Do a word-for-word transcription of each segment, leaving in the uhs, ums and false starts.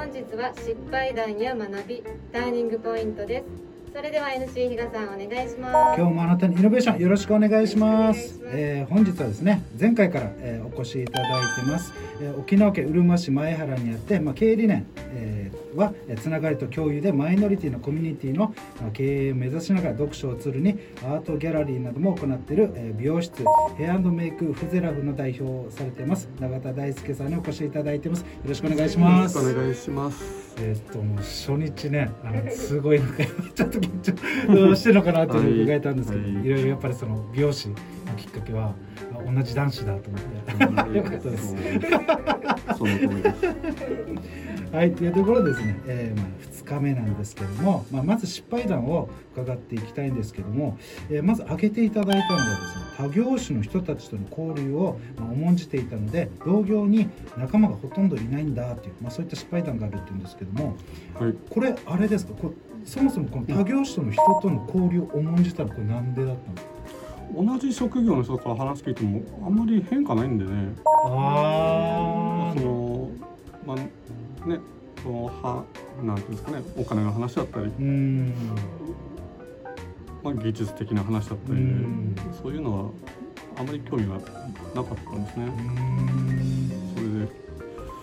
本日は失敗談や学び、ターニングポイントです。それでは エヌシー 比嘉さんお願いします。 今日もあなたにイノベーションよろしくお願いします。えー、本日はですね、前回から、えー、お越しいただいてます、えー、沖縄県うるま市前原にあって、まあ、経営理念、えー、はつながりと共有でマイノリティのコミュニティの、まあ、経営を目指しながら読書をツールにアートギャラリーなども行っている、えー、美容室ヘア&メイクフゼラフの代表をされています永田大輔さんにお越しいただいてます。よろしくお願いします。 よろしくお願いします。 えー、っともう初日ね、あのすごいなんかちょっと緊張してるのかなと伺えたんですけど、はいはい、いろいろやっぱりその美容師のきっかけは同じ男子だと思ってよかったです。 その通りです。 はい、というところですね、えーまあ、ふつかめなんですけども、まあ、まず失敗談を伺っていきたいんですけども、えー、まず挙げていただいたのがですね、他業種の人たちとの交流を、まあ、重んじていたので同業に仲間がほとんどいないんだという、まあ、そういった失敗談があるっていうんですけども、はい、これあれですか、これそもそもこの他業種との人との交流を重んじたのはこれなんでだったんですか？ 同じ職業の人から話聞いてもあんまり変化ないんでね。ああ、そのまあね、そのはなんていうんですかね、お金の話だったり、うん、まあ技術的な話だったり、ね、うんそういうのはあまり興味がなかったんですね。うんそれで。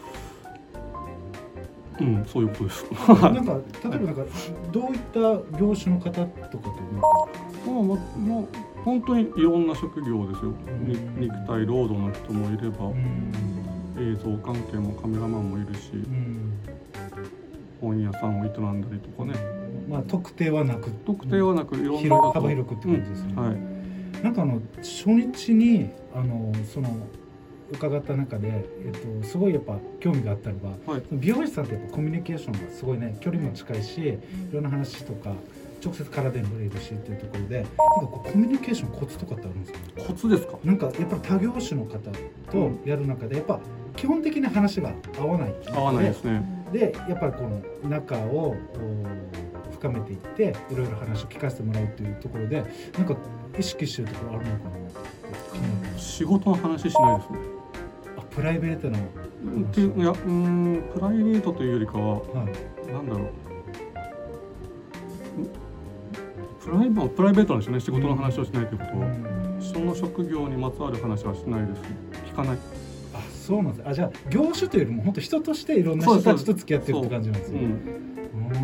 うん、そういうことです。 なんか例えばなんかどういった業種の方とかというか、 まあまあまあ本当にいろんな職業ですよ。肉体労働の人もいれば、映像関係もカメラマンもいるし、本屋さんを営んだりとかね。まあ特定はなく、 特定はなくいろんな広幅広くって感じですね。うん、はい。なんかあの初日にあのその伺った中で、えっと、すごいやっぱ興味があったのが、はい、美容師さんってやっぱコミュニケーションがすごいね、距離も近いし、いろんな話とか直接体に触れるしっていうところで、なんかこうコミュニケーションコツとかってあるんですか？ コツですか？なんかやっぱり他業種の方とやる中でやっぱ基本的な話が合わない合わないですね。 でやっぱりこの仲を深めていっていろいろ話を聞かせてもらうっていうところで、なんか意識してるところあるのかなって。 仕事の話しないですね。 プライベートのっていやうんプライベートというよりかは、はい、なんだろうプライベプライベートなんですよね。仕事の話をしないということは、うん、その職業にまつわる話はしないです。聞かない。 あ、そうなんです。あ、じゃあ業種というよりも本当人としていろんな人たちと付き合ってるって感じなんですね。 うん、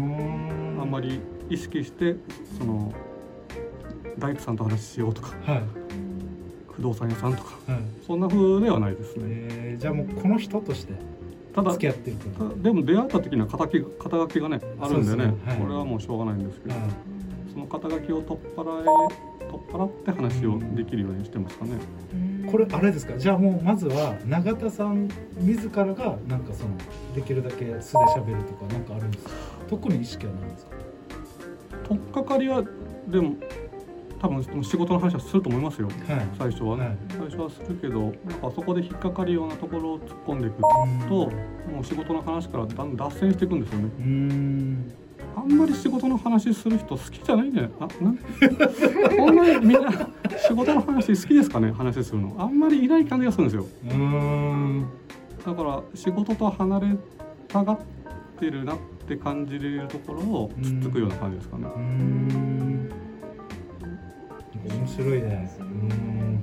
あんまり意識してその大工さんと話しようとか、はい、不動産屋さんとか、はい、そんな風ではないですね。 えー、じゃあもうこの人として付き合ってると。 ただでも出会った時には肩書き、肩書きがねあるんでね、はい、これはもうしょうがないんですけど、はい、その肩書きを取っ払え取っ払って話をできるようにしてますかね。 これあれですか？じゃあもうまずは永田さん自らがなんかそのできるだけ素で喋るとかなんかあるんですか？特に意識はないんですか？ 取っかかりはでも多分仕事の話はすると思いますよ、はい、最初はね、はい、最初はするけど、なんかそこで引っかかるようなところを突っ込んでいくと、もう仕事の話からだんだん脱線していくんですよね。うーんあんまり仕事の話する人好きじゃないんじゃない？あ、なんこんなにみんな仕事の話好きですかね？話するのあんまりいない感じがするんですよ。うーんだから仕事と離れたがってるなって感じれるところをつっつくような感じですかね。うーん面白いね。うん、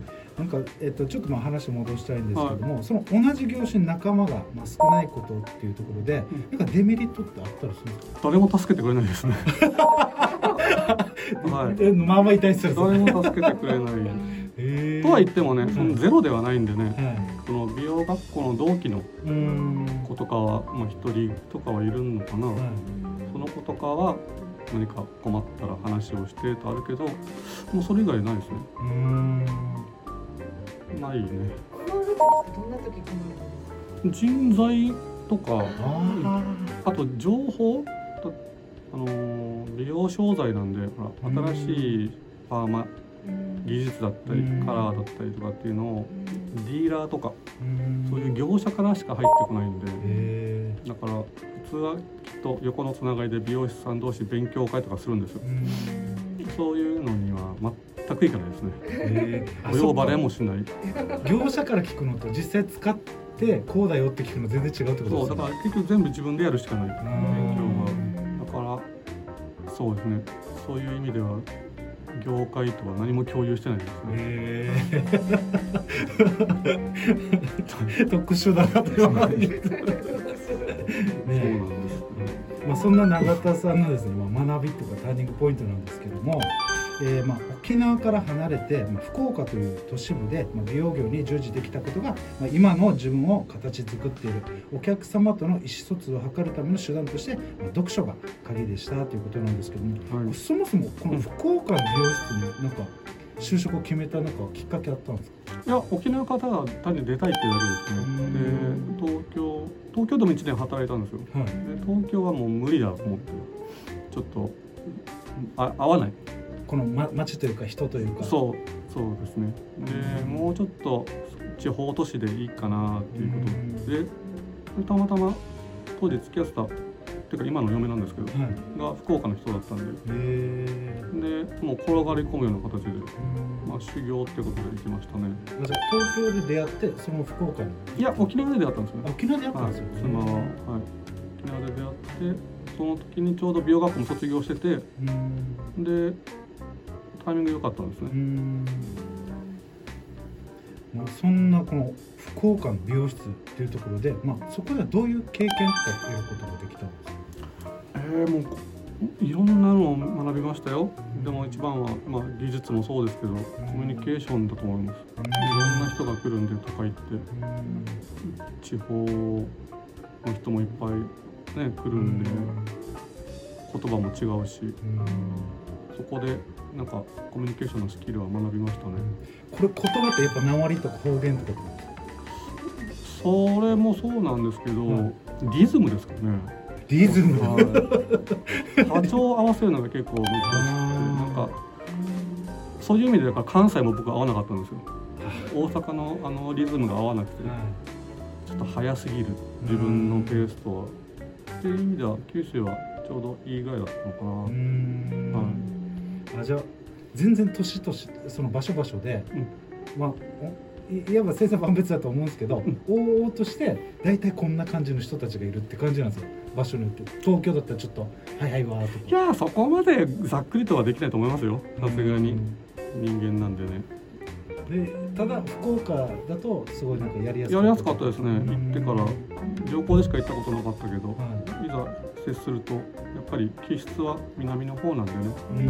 なんか、えっと、ちょっとまあ話戻したいんですけども、はい、その同じ業種に仲間がまあ少ないことっていうところで、うん、なんかデメリットってあったりするんですか？ 誰も助けてくれないですね。 はい、まあまあ痛いですよ。 誰も助けてくれない。えー、とは言ってもね、そのゼロではないんでね、はい、その美容学校の同期の子とかはまあ一人とかはいるのかな。はい、その子とかは何か困ったら話をしてとあるけど、もうそれ以外ないですね。うーんないね。 困るってどんな時困るんですか？ 人材とか、あ, あと情報、あのー、美容商材なんで、ほら新しいパーマ技術だったりカラーだったりとかっていうのをディーラーとかそういう業者からしか入ってこないんで、だから普通はきっと横のつながりで美容師さん同士勉強会とかするんですよ。そういうのには全くいかないですね。お呼ばれもしない。 業者から聞くのと実際使っててこうだよって聞くの全然違うってことですね。 そうだから結局全部自分でやるしかない勉強は。だからそうですね、そういう意味では業界とは何も共有してないですね。 へー特殊だなって思ってね。 そうなんです、 まあ、そんな永田さんのですね、まあ、学びとかターニングポイントなんですけども、えー、まあ沖縄から離れて、まあ、福岡という都市部で、まあ、美容業に従事できたことが、まあ、今の自分を形作っているお客様との意思疎通を図るための手段として、まあ、読書が鍵でしたということなんですけども、はい、そもそもこの福岡の美容室になんか就職を決めたなんかきっかけあったんですか？ いや、沖縄からただ単に出たいっていうだけですね。で東京東京でもいちねん働いたんですよ、はい、で東京はもう無理だと思ってちょっとあ合わない、この、 ま、街というか人というか、 そうそうですね。でもうちょっと地方都市でいいかなっていうことで、たまたま当時付き合ってたっていうか今の嫁なんですけど、はい、が福岡の人だったんで、へでもう転がり込むような形で、まあ、修行ってことで行きましたね。 じゃあ東京で出会ってその福岡に？ いや、沖縄で出会ったんですよね。 沖縄で出会ったんですよ、 はい、妻は、はい、沖縄で出会って、その時にちょうど美容学校も卒業してて、でタイミング良かったんですね。うん、 まあ、そんなこの福岡の美容室っていうところで、まあ、そこではどういう経験とか得ることができたんですか？ えー、もういろんなのを学びましたよ。でも一番は、まあ、技術もそうですけど、コミュニケーションだと思います。いろんな人が来るんで、都会って地方の人もいっぱい、ね、来るんで、言葉も違うし、そこでなんかコミュニケーションのスキルは学びましたね。 これ言葉ってやっぱ訛りとか方言とか？ それもそうなんですけど、うん、リズムですかね。 リズム波長を合わせるのが結構難しくて、なんかそういう意味でだから関西も僕は合わなかったんですよ。大阪のあのリズムが合わなくて、ちょっと早すぎる自分のペースとはっていう意味では九州はちょうどいいぐらいだったのかな。うーん、 はい、あ、じゃあ全然年としその場所場所で、うん、まあいわば千差万別だと思うんですけど、うん、往々として大体こんな感じの人たちがいるって感じなんですよ、場所によって。東京だったらちょっとはいはいわーとか。 いやー、そこまでざっくりとはできないと思いますよ、さすがに人間なんでね。 でただ福岡だとすごいなんかやりやすかった。 やりやすかったですね。行ってから旅行でしか行ったことなかったけど、はい、いざ接するとやっぱり気質は南の方なんでね、うん、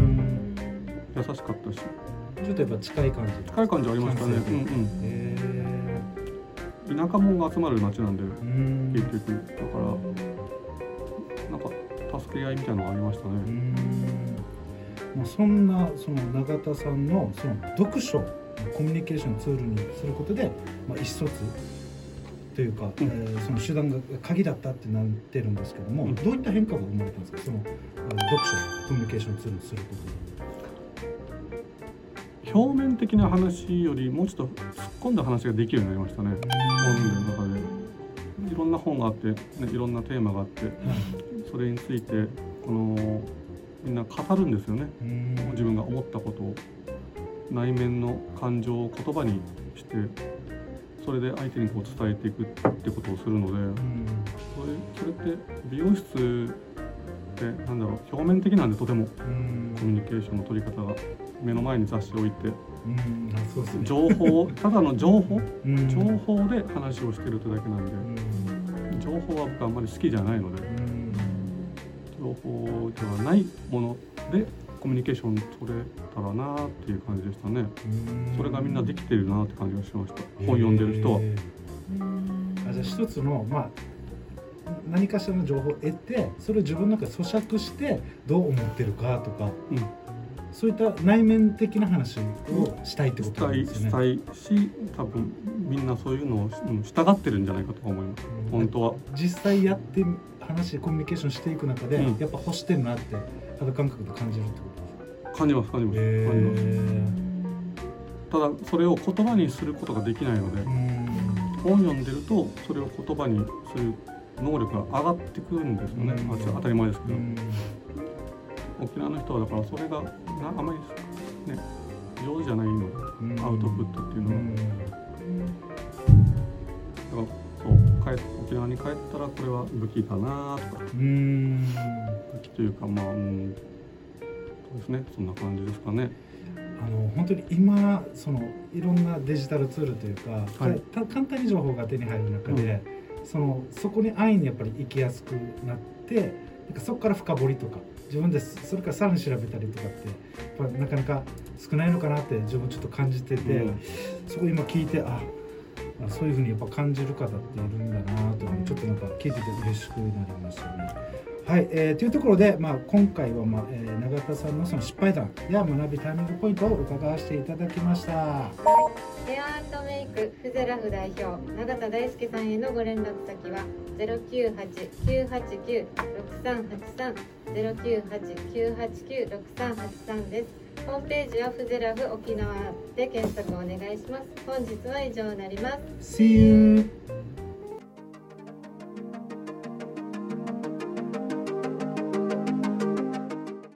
優しかったし、 ちょっとやっぱ近い感じ近い感じありましたね。うんうん、へー、田舎者が集まる町なんで、ん結局だからなんか助け合いみたいなのがありましたね。うん、 まあ、そんなその永田さんのその読書コミュニケーションツールにすることで、まあ、意思疎通というか、うん、えー、その手段が鍵だったってなってるんですけども、うん、どういった変化が生まれたんですか、その読書コミュニケーションツールにすることで。 表面的な話よりもうちょっと突っ込んだ話ができるようになりましたね。本の中でいろんな本があって、ね、いろんなテーマがあって、うん、それについてこのみんな語るんですよね。自分が思ったことを、内面の感情を言葉にして、それで相手にこう伝えていくってことをするので、それ、それって美容室ってなんだろう、表面的なんでとてもコミュニケーションの取り方が目の前に雑誌を置いて、情報、ただの情報、情報で話をしてるってだけなんで、情報は僕はあんまり好きじゃないので、情報ではないものでコミュニケーション取れたらなっていう感じでしたね。それがみんなできてるなって感じがしました、本読んでる人は。 あ、じゃあ一つの、まあ、何かしらの情報を得て、それを自分の中で咀嚼してどう思ってるかとか、うん、そういった内面的な話をしたいってことなんですよね。 したい、したいし、多分みんなそういうのを従ってるんじゃないかと思います、うん、本当は。実際やって話コミュニケーションしていく中で、うん、やっぱ欲してるなって肌感覚で感じるってことですか？ 感じます感じます、えー、感じます。ただそれを言葉にすることができないので、本読んでるとそれを言葉にする能力が上がってくるんですよね。まあ、当たり前ですけど、沖縄の人はだからそれがなあまり、ね、上手じゃないので、アウトプットっていうのは、だからそに帰ったらこれは武器かなとか、 うーん武器というかまあ、うん、そうですね、そんな感じですかね。 あの本当に今そのいろんなデジタルツールというか、はい、簡単に情報が手に入る中で、うん、そのそこに安易にやっぱり行きやすくなって、なんかそこから深掘りとか自分でそれからさらに調べたりとかってやっぱなかなか少ないのかなって自分ちょっと感じてて、うん、そこ今聞いて、あそういうふうにやっぱ感じる方っているんだなとちょっとなんか聞いてて嬉しくなりましたね。はい、えー、というところで、まあ、今回は、まあえー、永田さんのその失敗談や学びタイミングポイントを伺わせていただきました。 はい、ヘアアートメイクフゼラフ代表永田大輔さんへのご連絡先はゼロきゅうはち きゅうはちきゅう ろくさんはちさん ゼロきゅうはち きゅうはちきゅう ろくさんはちさんです。ホームページはフゼラフ沖縄で検索をお願いします。本日は以上になります。 See you!